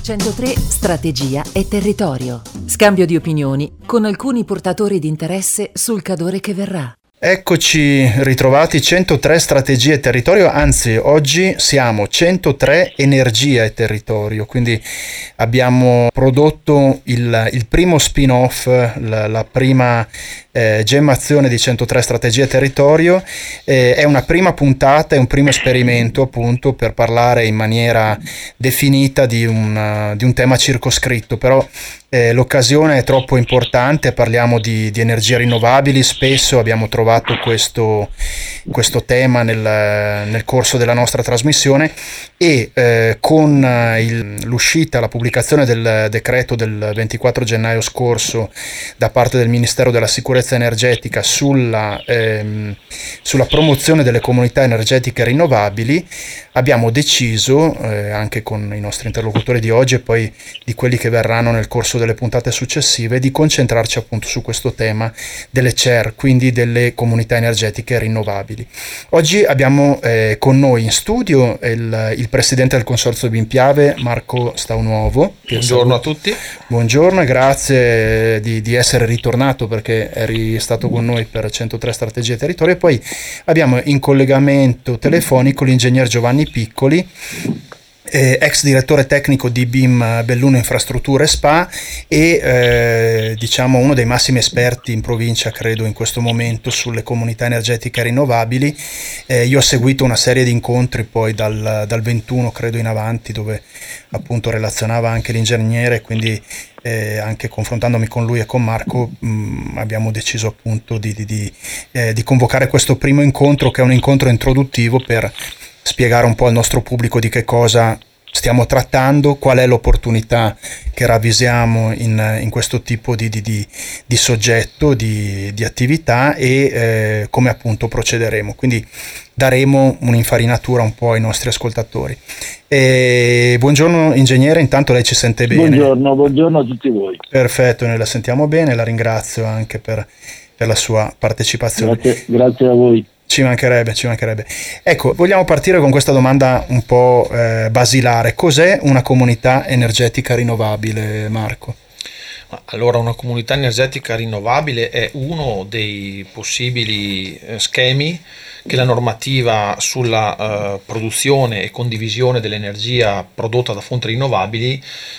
103 Strategia e territorio. Scambio di opinioni con alcuni portatori di interesse sul Cadore che verrà. Eccoci ritrovati 103 Strategia e territorio, anzi oggi siamo 103 Energia e territorio, quindi abbiamo prodotto il primo spin-off, la prima gemmazione di 103 Strategia e territorio. È una prima puntata, è un primo esperimento appunto per parlare in maniera definita di un tema circoscritto, però l'occasione è troppo importante, parliamo di energie rinnovabili, spesso abbiamo trovato questo tema nel corso della nostra trasmissione e con l'uscita, la pubblicazione del decreto del 24 gennaio scorso da parte del Ministero della Sicurezza Energetica sulla promozione delle comunità energetiche rinnovabili, abbiamo deciso, anche con i nostri interlocutori di oggi e poi di quelli che verranno nel corso delle puntate successive, di concentrarci appunto su questo tema delle CER, quindi delle comunità energetiche rinnovabili. Oggi abbiamo con noi in studio il presidente del Consorzio Bimpiave, Marco Staunuovo. Buongiorno a tutti. Buongiorno e grazie di essere ritornato, perché eri stato con noi per 103 Strategie e territorio. E poi abbiamo in collegamento telefonico l'ingegner Giovanni Piccoli, ex direttore tecnico di BIM Belluno Infrastrutture SPA e diciamo uno dei massimi esperti in provincia, credo, in questo momento sulle comunità energetiche rinnovabili. Io ho seguito una serie di incontri poi dal 21 credo in avanti, dove appunto relazionava anche l'ingegnere, quindi anche confrontandomi con lui e con Marco abbiamo deciso appunto di convocare questo primo incontro, che è un incontro introduttivo per spiegare un po' al nostro pubblico di che cosa stiamo trattando, qual è l'opportunità che ravvisiamo in questo tipo di soggetto, di attività e come appunto procederemo. Quindi daremo un'infarinatura un po' ai nostri ascoltatori. Buongiorno ingegnere, intanto lei ci sente bene? Buongiorno a tutti voi. Perfetto, noi la sentiamo bene, la ringrazio anche per la sua partecipazione. Grazie a voi. Ci mancherebbe. Ecco, vogliamo partire con questa domanda un po' basilare. Cos'è una comunità energetica rinnovabile, Marco? Allora, una comunità energetica rinnovabile è uno dei possibili schemi che la normativa sulla produzione e condivisione dell'energia prodotta da fonti rinnovabili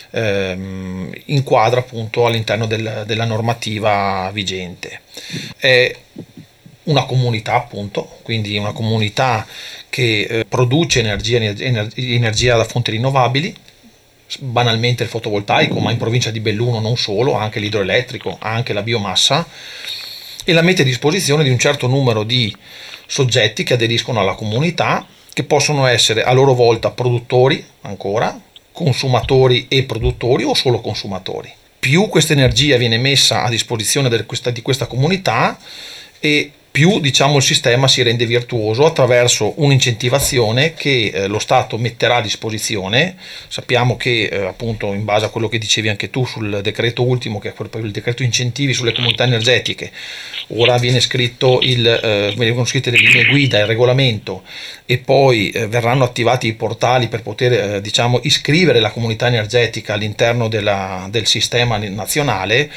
inquadra appunto all'interno della normativa vigente. È una comunità appunto, quindi una comunità che produce energia da fonti rinnovabili, banalmente il fotovoltaico, ma in provincia di Belluno non solo, anche l'idroelettrico, anche la biomassa, e la mette a disposizione di un certo numero di soggetti che aderiscono alla comunità, che possono essere a loro volta produttori ancora, consumatori e produttori o solo consumatori. Più questa energia viene messa a disposizione di questa comunità e più il sistema si rende virtuoso attraverso un'incentivazione che lo Stato metterà a disposizione. Sappiamo che appunto, in base a quello che dicevi anche tu sul decreto ultimo, che è il decreto incentivi sulle comunità energetiche, ora vengono scritte le linee guida, il regolamento, e poi verranno attivati i portali per poter iscrivere la comunità energetica all'interno del sistema nazionale.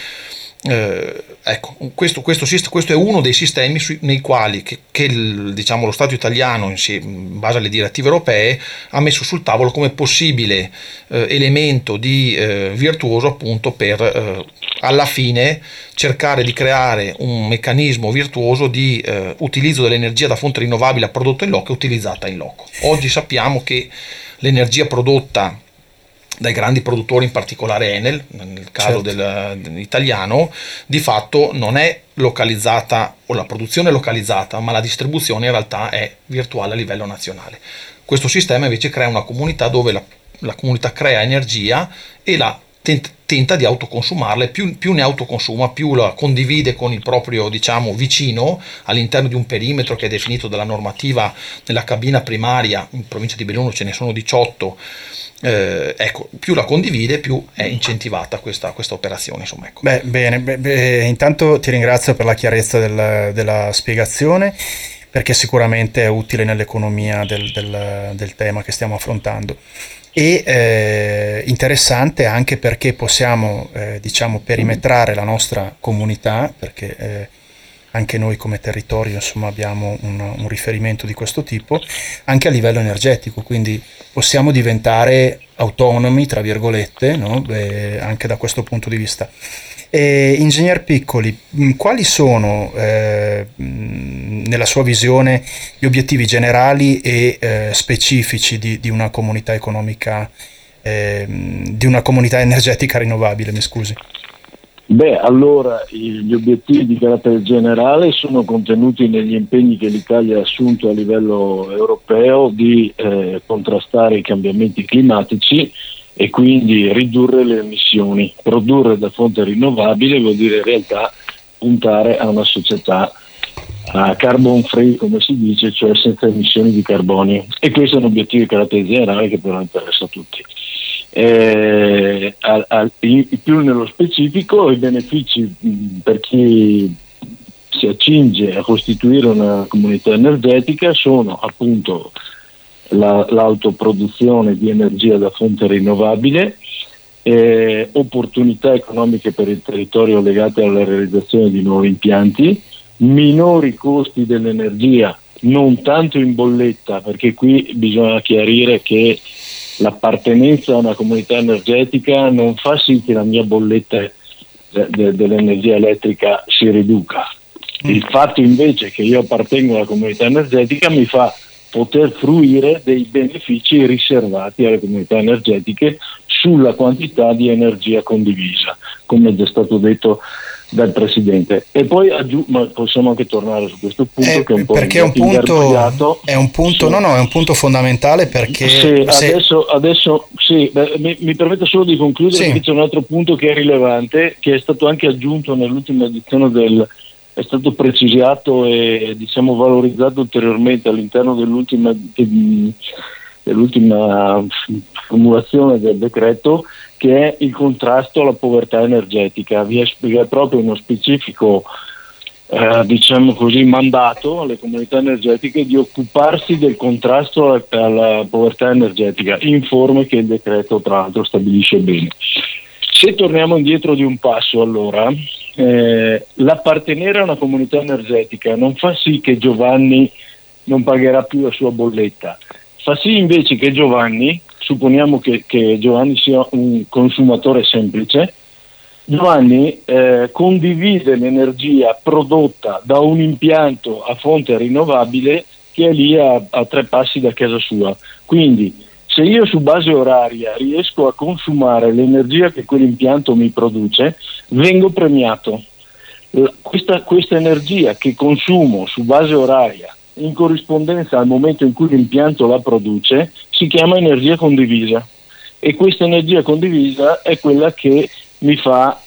Ecco, questo è uno dei sistemi nei quali lo Stato italiano, in base alle direttive europee, ha messo sul tavolo come possibile elemento di virtuoso appunto per alla fine cercare di creare un meccanismo virtuoso di utilizzo dell'energia da fonte rinnovabile prodotta in loco e utilizzata in loco. Oggi sappiamo che l'energia prodotta dai grandi produttori, in particolare Enel, nel caso italiano, di fatto non è localizzata, o la produzione è localizzata, ma la distribuzione in realtà è virtuale a livello nazionale. Questo sistema invece crea una comunità dove la comunità crea energia e la tenta di autoconsumarla, e più ne autoconsuma, più la condivide con il proprio vicino all'interno di un perimetro che è definito dalla normativa nella cabina primaria. In provincia di Belluno ce ne sono 18. Più la condivide, più è incentivata questa operazione. Insomma, ecco. Bene, intanto ti ringrazio per la chiarezza della spiegazione, perché sicuramente è utile nell'economia del tema che stiamo affrontando. e interessante anche perché possiamo diciamo perimetrare la nostra comunità, perché anche noi come territorio insomma abbiamo un riferimento di questo tipo anche a livello energetico, quindi possiamo diventare autonomi tra virgolette, no? Anche da questo punto di vista. Ingegner Piccoli, quali sono nella sua visione gli obiettivi generali e specifici di una comunità economica, di una comunità energetica rinnovabile, mi scusi? Allora gli obiettivi di carattere generale sono contenuti negli impegni che l'Italia ha assunto a livello europeo di contrastare i cambiamenti climatici e quindi ridurre le emissioni. Produrre da fonte rinnovabile vuol dire in realtà puntare a una società carbon free, come si dice, cioè senza emissioni di carbonio, e questo è un obiettivo di carattere generale che però interessa a tutti. Più nello specifico, i benefici per chi si accinge a costituire una comunità energetica sono appunto l'autoproduzione di energia da fonte rinnovabile, opportunità economiche per il territorio legate alla realizzazione di nuovi impianti, minori costi dell'energia, non tanto in bolletta, perché qui bisogna chiarire che l'appartenenza a una comunità energetica non fa sì che la mia bolletta dell'energia elettrica si riduca. Il fatto invece che io appartengo alla comunità energetica mi fa poter fruire dei benefici riservati alle comunità energetiche sulla quantità di energia condivisa, come è già stato detto dal Presidente. E poi ma possiamo anche tornare su questo punto che è un po' perché è un punto sì. No, è un punto fondamentale, perché sì, adesso sì, mi permetto solo di concludere, sì. Che c'è un altro punto che è rilevante, che è stato anche aggiunto nell'ultima edizione è stato precisato e diciamo valorizzato ulteriormente all'interno dell'ultima formulazione del decreto, che è il contrasto alla povertà energetica. Vi è proprio uno specifico diciamo così mandato alle comunità energetiche di occuparsi del contrasto alla povertà energetica, in forme che il decreto tra l'altro stabilisce bene. Se torniamo indietro di un passo, allora l'appartenere a una comunità energetica non fa sì che Giovanni non pagherà più la sua bolletta, fa sì invece che Giovanni, supponiamo che Giovanni sia un consumatore semplice, Giovanni condivide l'energia prodotta da un impianto a fonte rinnovabile che è lì a 3 passi da casa sua. Quindi se io su base oraria riesco a consumare l'energia che quell'impianto mi produce, vengo premiato. Questa energia che consumo su base oraria in corrispondenza al momento in cui l'impianto la produce si chiama energia condivisa, e questa energia condivisa è quella che mi fa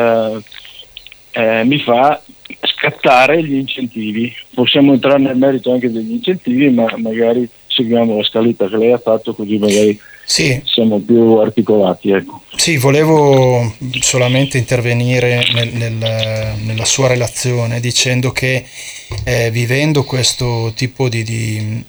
scattare gli incentivi. Possiamo entrare nel merito anche degli incentivi, ma magari seguiamo la scaletta che lei ha fatto, così magari sì. Siamo più articolati, ecco. Sì, volevo solamente intervenire nella sua relazione dicendo che vivendo questo tipo di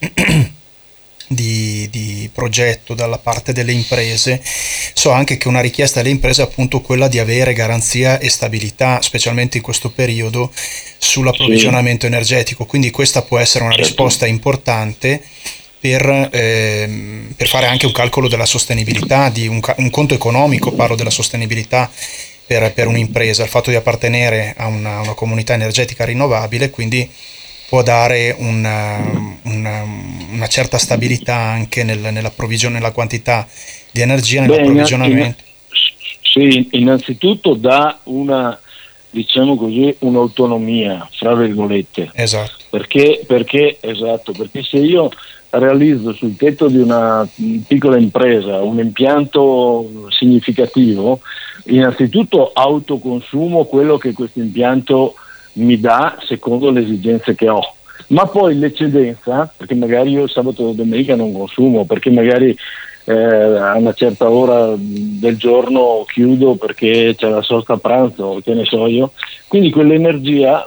progetto dalla parte delle imprese, so anche che una richiesta alle imprese è appunto quella di avere garanzia e stabilità, specialmente in questo periodo, sull'approvvigionamento energetico, quindi questa può essere una risposta importante per fare anche un calcolo della sostenibilità, di un conto economico, parlo della sostenibilità per un'impresa, il fatto di appartenere a una comunità energetica rinnovabile, quindi può dare una certa stabilità anche nell'approvvigionamento, nella quantità di energia, nell'approvvigionamento. Sì, innanzitutto dà diciamo così, un'autonomia, fra virgolette. Esatto. Perché se io realizzo sul tetto di una piccola impresa un impianto significativo, innanzitutto autoconsumo quello che questo impianto mi dà secondo le esigenze che ho, ma poi l'eccedenza, perché magari io sabato o domenica non consumo, perché magari a una certa ora del giorno chiudo perché c'è la sosta a pranzo, che ne so io, quindi quell'energia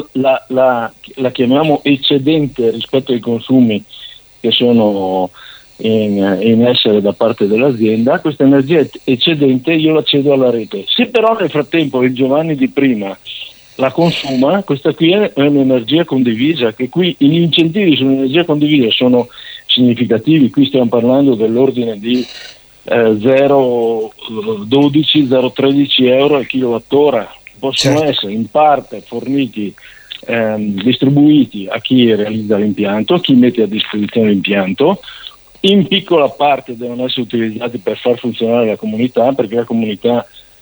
la chiamiamo eccedente rispetto ai consumi che sono in essere da parte dell'azienda, questa energia eccedente io la cedo alla rete. Se però nel frattempo il Giovanni di prima la consuma, questa qui è un'energia condivisa, che qui gli incentivi sull'energia condivisa sono significativi. Qui stiamo parlando dell'ordine di 0,12-0,13 euro al kilowattora, possono essere in parte forniti, distribuiti a chi realizza l'impianto, a chi mette a disposizione l'impianto. In piccola parte devono essere utilizzati per far funzionare la comunità, perché la comunità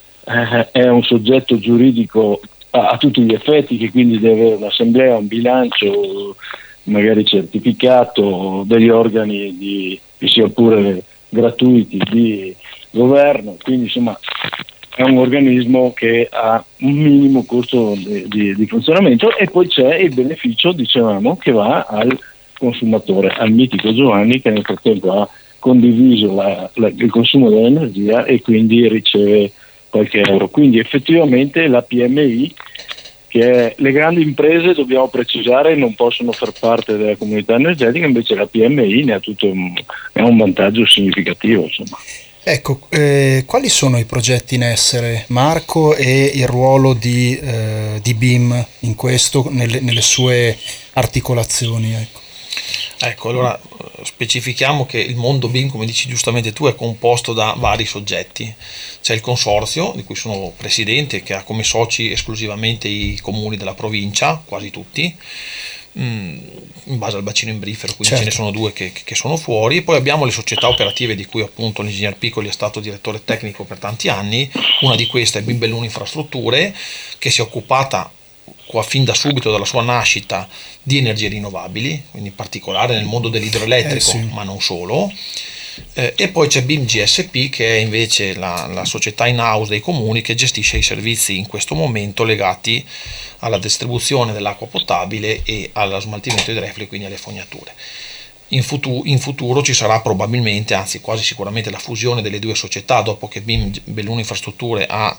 è un soggetto giuridico a tutti gli effetti, che quindi deve avere un'assemblea, un bilancio magari certificato, degli organi che sia pure gratuiti di governo, quindi insomma è un organismo che ha un minimo costo di funzionamento. E poi c'è il beneficio, dicevamo, che va al consumatore, al mitico Giovanni, che nel frattempo ha condiviso il consumo dell'energia e quindi riceve qualche euro. Quindi effettivamente la PMI, che le grandi imprese, dobbiamo precisare, non possono far parte della comunità energetica, invece la PMI ne ha un vantaggio significativo, insomma. Ecco, quali sono i progetti in essere, Marco, e il ruolo di BIM in questo, nelle sue articolazioni? Ecco, allora specifichiamo che il mondo BIM, come dici giustamente tu, è composto da vari soggetti. C'è il consorzio, di cui sono presidente, che ha come soci esclusivamente i comuni della provincia, quasi tutti, in base al bacino imbrifero, quindi certo. Ce ne sono 2 che sono fuori. Poi abbiamo le società operative, di cui appunto l'ingegner Piccoli è stato direttore tecnico per tanti anni. Una di queste è BIM Belluno Infrastrutture, che si è occupata fin da subito, dalla sua nascita, di energie rinnovabili, quindi in particolare nel mondo dell'idroelettrico, sì. ma non solo. E poi c'è BIM GSP, che è invece la società in house dei comuni, che gestisce i servizi in questo momento legati alla distribuzione dell'acqua potabile e allo smaltimento idrofilo, quindi alle fognature. In futuro ci sarà probabilmente, anzi quasi sicuramente, la fusione delle 2 società, dopo che BIM Belluno Infrastrutture ha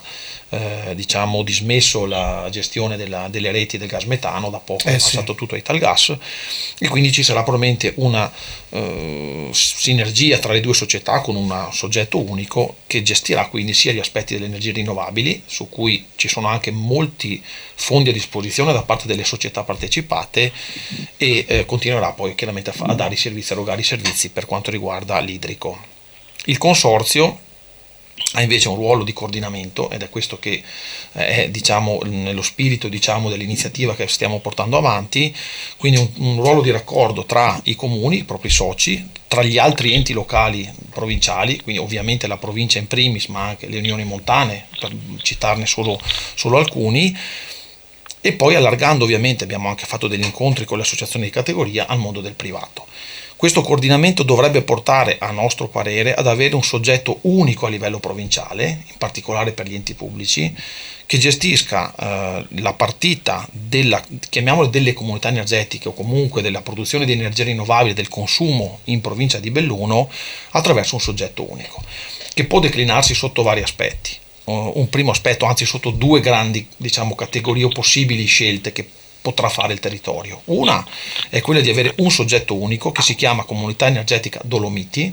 dismesso la gestione delle reti del gas metano, da poco è passato tutto a Italgas, e quindi ci sarà probabilmente una sinergia tra le 2 società con un soggetto unico che gestirà quindi sia gli aspetti delle energie rinnovabili, su cui ci sono anche molti fondi a disposizione da parte delle società partecipate, e continuerà poi chiaramente a dare i servizi, a erogare i servizi per quanto riguarda l'idrico. Il consorzio ha invece un ruolo di coordinamento, ed è questo che è nello spirito dell'iniziativa che stiamo portando avanti, quindi un ruolo di raccordo tra i comuni, i propri soci, tra gli altri enti locali provinciali, quindi ovviamente la provincia in primis, ma anche le unioni montane, per citarne solo alcuni, e poi allargando, ovviamente abbiamo anche fatto degli incontri con le associazioni di categoria, al mondo del privato. Questo coordinamento dovrebbe portare, a nostro parere, ad avere un soggetto unico a livello provinciale, in particolare per gli enti pubblici, che gestisca la partita chiamiamole delle comunità energetiche, o comunque della produzione di energia rinnovabile, del consumo in provincia di Belluno, attraverso un soggetto unico, che può declinarsi sotto vari aspetti. Un primo aspetto, anzi sotto 2 grandi categorie o possibili scelte che potrà fare il territorio. Una è quella di avere un soggetto unico che si chiama Comunità Energetica Dolomiti,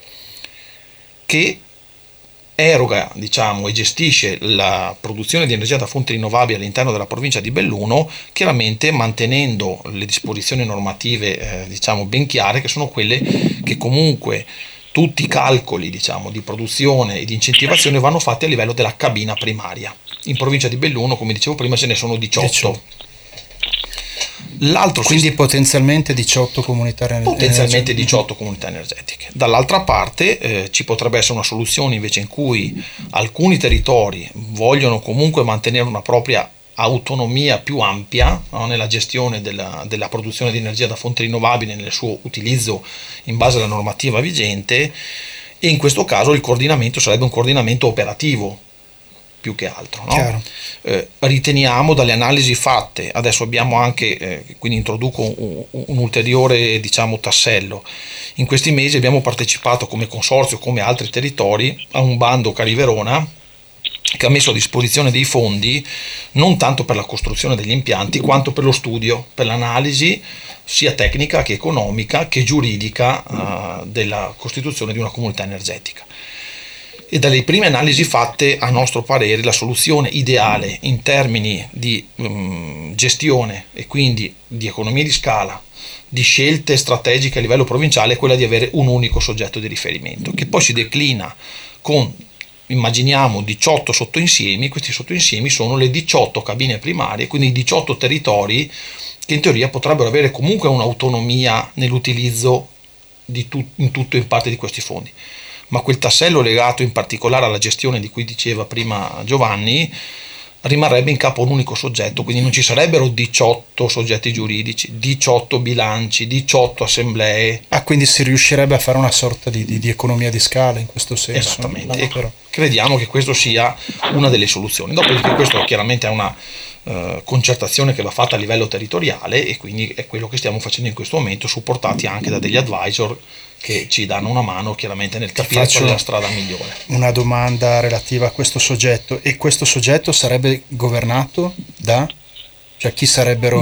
che eroga e gestisce la produzione di energia da fonti rinnovabili all'interno della provincia di Belluno, chiaramente mantenendo le disposizioni normative ben chiare, che sono quelle che comunque tutti i calcoli di produzione e di incentivazione vanno fatti a livello della cabina primaria. In provincia di Belluno, come dicevo prima, ce ne sono 18. Quindi potenzialmente 18 comunità energetiche. Potenzialmente 18 comunità energetiche. Dall'altra parte ci potrebbe essere una soluzione invece in cui alcuni territori vogliono comunque mantenere una propria autonomia più ampia, no, nella gestione della produzione di energia da fonti rinnovabili, nel suo utilizzo in base alla normativa vigente, e in questo caso il coordinamento sarebbe un coordinamento operativo più che altro, no? Riteniamo, dalle analisi fatte, adesso abbiamo anche, quindi introduco un ulteriore tassello. In questi mesi abbiamo partecipato come consorzio, come altri territori, a un bando Cariverona, che ha messo a disposizione dei fondi non tanto per la costruzione degli impianti quanto per lo studio, per l'analisi sia tecnica che economica che giuridica della costituzione di una comunità energetica. E dalle prime analisi fatte, a nostro parere, la soluzione ideale in termini di gestione e quindi di economia di scala, di scelte strategiche a livello provinciale, è quella di avere un unico soggetto di riferimento, che poi si declina con, immaginiamo, 18 sottoinsiemi. Questi sottoinsiemi sono le 18 cabine primarie, quindi i 18 territori che in teoria potrebbero avere comunque un'autonomia nell'utilizzo in tutto e in parte di questi fondi. Ma quel tassello legato in particolare alla gestione di cui diceva prima Giovanni rimarrebbe in capo a un unico soggetto, quindi non ci sarebbero 18 soggetti giuridici, 18 bilanci, 18 assemblee. Quindi si riuscirebbe a fare una sorta di economia di scala in questo senso. Esattamente, crediamo che questo sia una delle soluzioni. Dopodiché questo chiaramente è una concertazione che va fatta a livello territoriale, e quindi è quello che stiamo facendo in questo momento, supportati anche da degli advisor che ci danno una mano chiaramente nel capire qual è la strada migliore. Una domanda relativa a questo soggetto: e questo soggetto sarebbe governato da? Cioè chi sarebbero?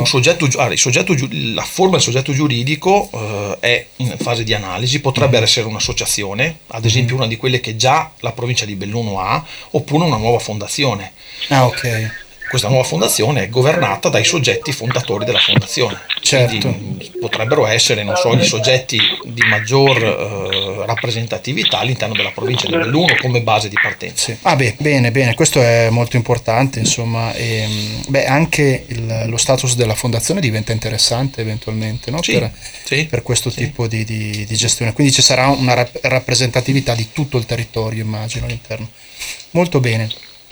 La forma del soggetto giuridico è in fase di analisi, potrebbe essere un'associazione, ad esempio una di quelle che già la provincia di Belluno ha, oppure una nuova fondazione. Ok. Questa nuova fondazione è governata dai soggetti fondatori della fondazione. Certo. Quindi potrebbero essere, non so, gli soggetti di maggior rappresentatività all'interno della provincia di Belluno come base di partenza. Sì. Bene, questo è molto importante, insomma. Anche lo status della fondazione diventa interessante eventualmente, no? Per questo tipo di gestione. Quindi ci sarà una rappresentatività di tutto il territorio, immagino, all'interno. Molto bene.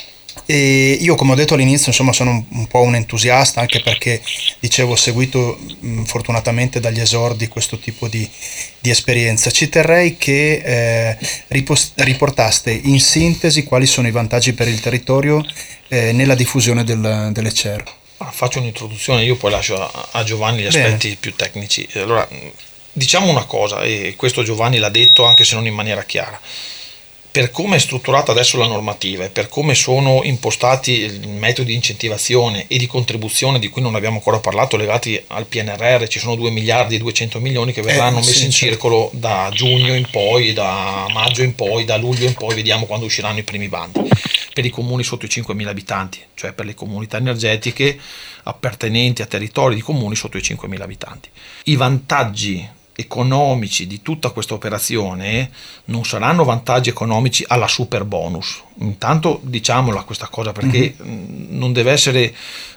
E io, come ho detto all'inizio, insomma, sono un po' un entusiasta, anche perché, dicevo, ho seguito fortunatamente dagli esordi questo tipo di esperienza. Ci terrei che riportaste in sintesi quali sono i vantaggi per il territorio nella diffusione delle CER. Faccio un'introduzione, io poi lascio a Giovanni gli aspetti più tecnici. Allora, diciamo una cosa, e questo Giovanni l'ha detto anche se non in maniera chiara. Per come è strutturata adesso la normativa e per come sono impostati i metodi di incentivazione e di contribuzione, di cui non abbiamo ancora parlato, legati al PNRR, ci sono 2 miliardi e 200 milioni che verranno messi in circolo da giugno in poi, da maggio in poi, da luglio in poi, vediamo quando usciranno i primi bandi, per i comuni sotto i 5.000 abitanti, cioè per le comunità energetiche appartenenti a territori di comuni sotto i 5.000 abitanti. I vantaggi economici di tutta questa operazione non saranno vantaggi economici alla super bonus. Intanto diciamola questa cosa, perché non deve essere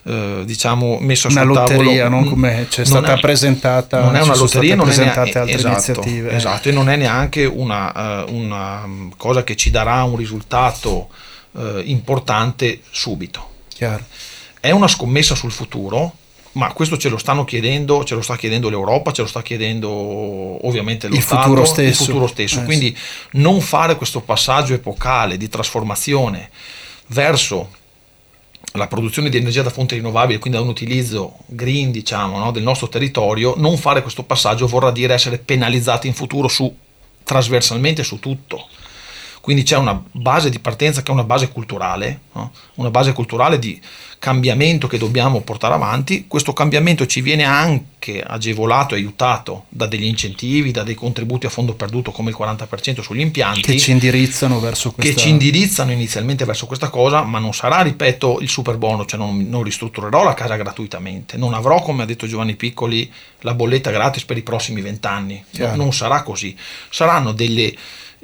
messa sul una tavolo lotteria, non come c'è stata presentata. Non è una lotteria, non è altre iniziative. Esatto, e non è neanche una cosa che ci darà un risultato importante subito. Chiaro. È una scommessa sul futuro. Ma questo ce lo sta chiedendo l'Europa, ce lo sta chiedendo ovviamente lo Stato, il futuro stesso. Quindi non fare questo passaggio epocale di trasformazione verso la produzione di energia da fonte rinnovabile, quindi da un utilizzo green, del nostro territorio, non fare questo passaggio vorrà dire essere penalizzati in futuro trasversalmente su tutto. Quindi c'è una base di partenza che è una base culturale, no? Una base culturale di cambiamento che dobbiamo portare avanti. Questo cambiamento ci viene anche agevolato e aiutato da degli incentivi, da dei contributi a fondo perduto come il 40% sugli impianti, che ci indirizzano inizialmente verso questa cosa, ma non sarà, ripeto, il super bonus, cioè non ristrutturerò la casa gratuitamente, non avrò, come ha detto Giovanni Piccoli, la bolletta gratis per i prossimi 20 anni. Non sarà così. Saranno degli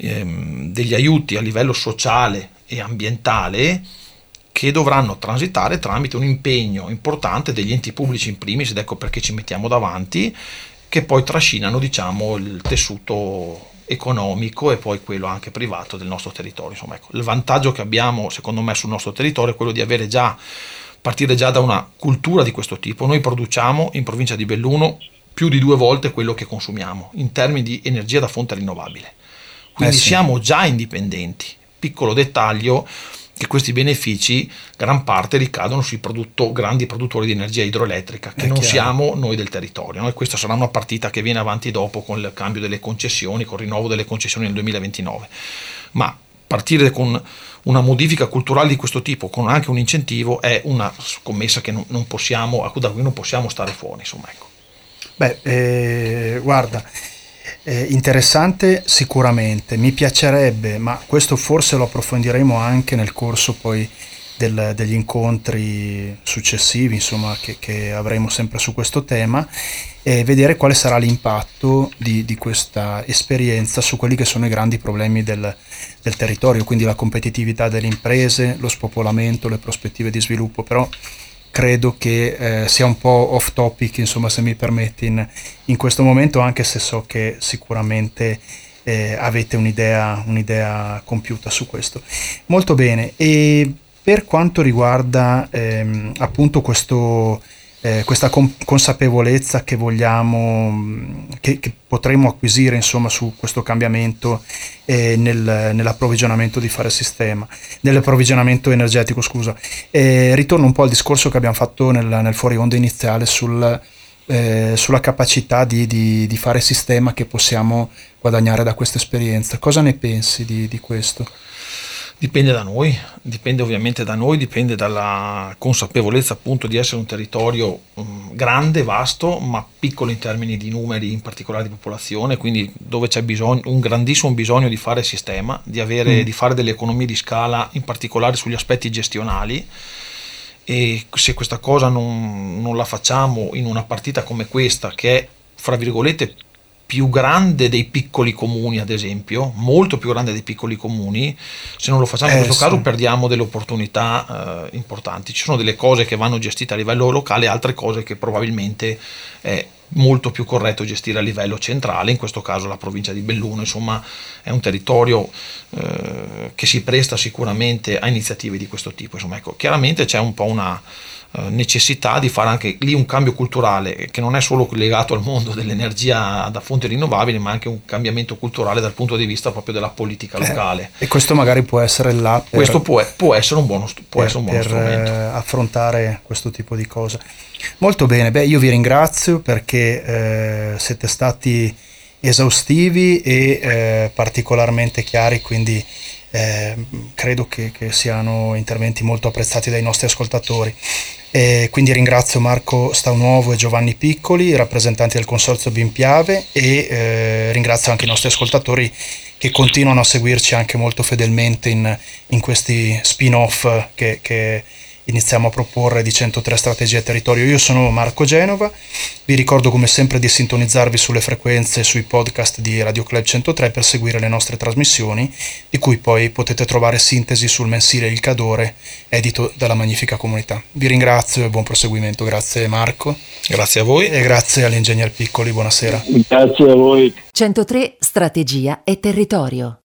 aiuti a livello sociale e ambientale che dovranno transitare tramite un impegno importante degli enti pubblici in primis, ed ecco perché ci mettiamo davanti, che poi trascinano il tessuto economico e poi quello anche privato del nostro territorio. Insomma, ecco, il vantaggio che abbiamo secondo me sul nostro territorio è quello di partire già da una cultura di questo tipo. Noi produciamo in provincia di Belluno più di 2 volte quello che consumiamo in termini di energia da fonte rinnovabile. Quindi siamo già indipendenti. Piccolo dettaglio, che questi benefici gran parte ricadono sui grandi produttori di energia idroelettrica, che non siamo noi del territorio, no? E questa sarà una partita che viene avanti dopo con il cambio delle concessioni, con il rinnovo delle concessioni nel 2029. Ma partire con una modifica culturale di questo tipo, con anche un incentivo, è una scommessa che non possiamo, da cui non possiamo stare fuori. Insomma, ecco. Guarda, interessante sicuramente, mi piacerebbe, ma questo forse lo approfondiremo anche nel corso poi degli incontri successivi, insomma, che avremo sempre su questo tema, e vedere quale sarà l'impatto di questa esperienza su quelli che sono i grandi problemi del territorio, quindi la competitività delle imprese, lo spopolamento, le prospettive di sviluppo. Però credo che sia un po' off topic, insomma, se mi permetti, in questo momento, anche se so che sicuramente avete un'idea compiuta su questo. Molto bene. E per quanto riguarda appunto questa consapevolezza che vogliamo, che potremo acquisire, insomma, su questo cambiamento nell'approvvigionamento di fare sistema, nell'approvvigionamento energetico, scusa. Ritorno un po' al discorso che abbiamo fatto nel fuori onda iniziale sulla capacità di fare sistema che possiamo guadagnare da questa esperienza. Cosa ne pensi di questo? Dipende da noi, dipende ovviamente da noi, dipende dalla consapevolezza appunto di essere un territorio grande, vasto, ma piccolo in termini di numeri, in particolare di popolazione, quindi dove c'è un grandissimo bisogno di fare sistema, di fare delle economie di scala, in particolare sugli aspetti gestionali. E se questa cosa non la facciamo in una partita come questa, che è, fra virgolette, più grande dei piccoli comuni, ad esempio, molto più grande dei piccoli comuni, se non lo facciamo in questo caso perdiamo delle opportunità importanti. Ci sono delle cose che vanno gestite a livello locale, altre cose che probabilmente è molto più corretto gestire a livello centrale, in questo caso la provincia di Belluno. Insomma, è un territorio che si presta sicuramente a iniziative di questo tipo. Insomma, ecco, chiaramente c'è un po' una necessità di fare anche lì un cambio culturale che non è solo legato al mondo dell'energia da fonti rinnovabili, ma anche un cambiamento culturale dal punto di vista proprio della politica locale. E questo magari può essere questo può essere un buono strumento per affrontare questo tipo di cose. Molto bene, io vi ringrazio perché siete stati esaustivi e particolarmente chiari, quindi credo che siano interventi molto apprezzati dai nostri ascoltatori. Quindi ringrazio Marco Staunuovo e Giovanni Piccoli, rappresentanti del Consorzio Bimpiave, e ringrazio anche i nostri ascoltatori che continuano a seguirci anche molto fedelmente in questi spin-off che iniziamo a proporre di 103 strategie territorio. Io sono Marco Genova, vi ricordo come sempre di sintonizzarvi sulle frequenze e sui podcast di Radio Club 103 per seguire le nostre trasmissioni, di cui poi potete trovare sintesi sul mensile Il Cadore, edito dalla Magnifica Comunità. Vi ringrazio e buon proseguimento. Grazie Marco. Grazie a voi. E grazie all'ingegner Piccoli, buonasera. Grazie a voi. 103 Strategia e Territorio.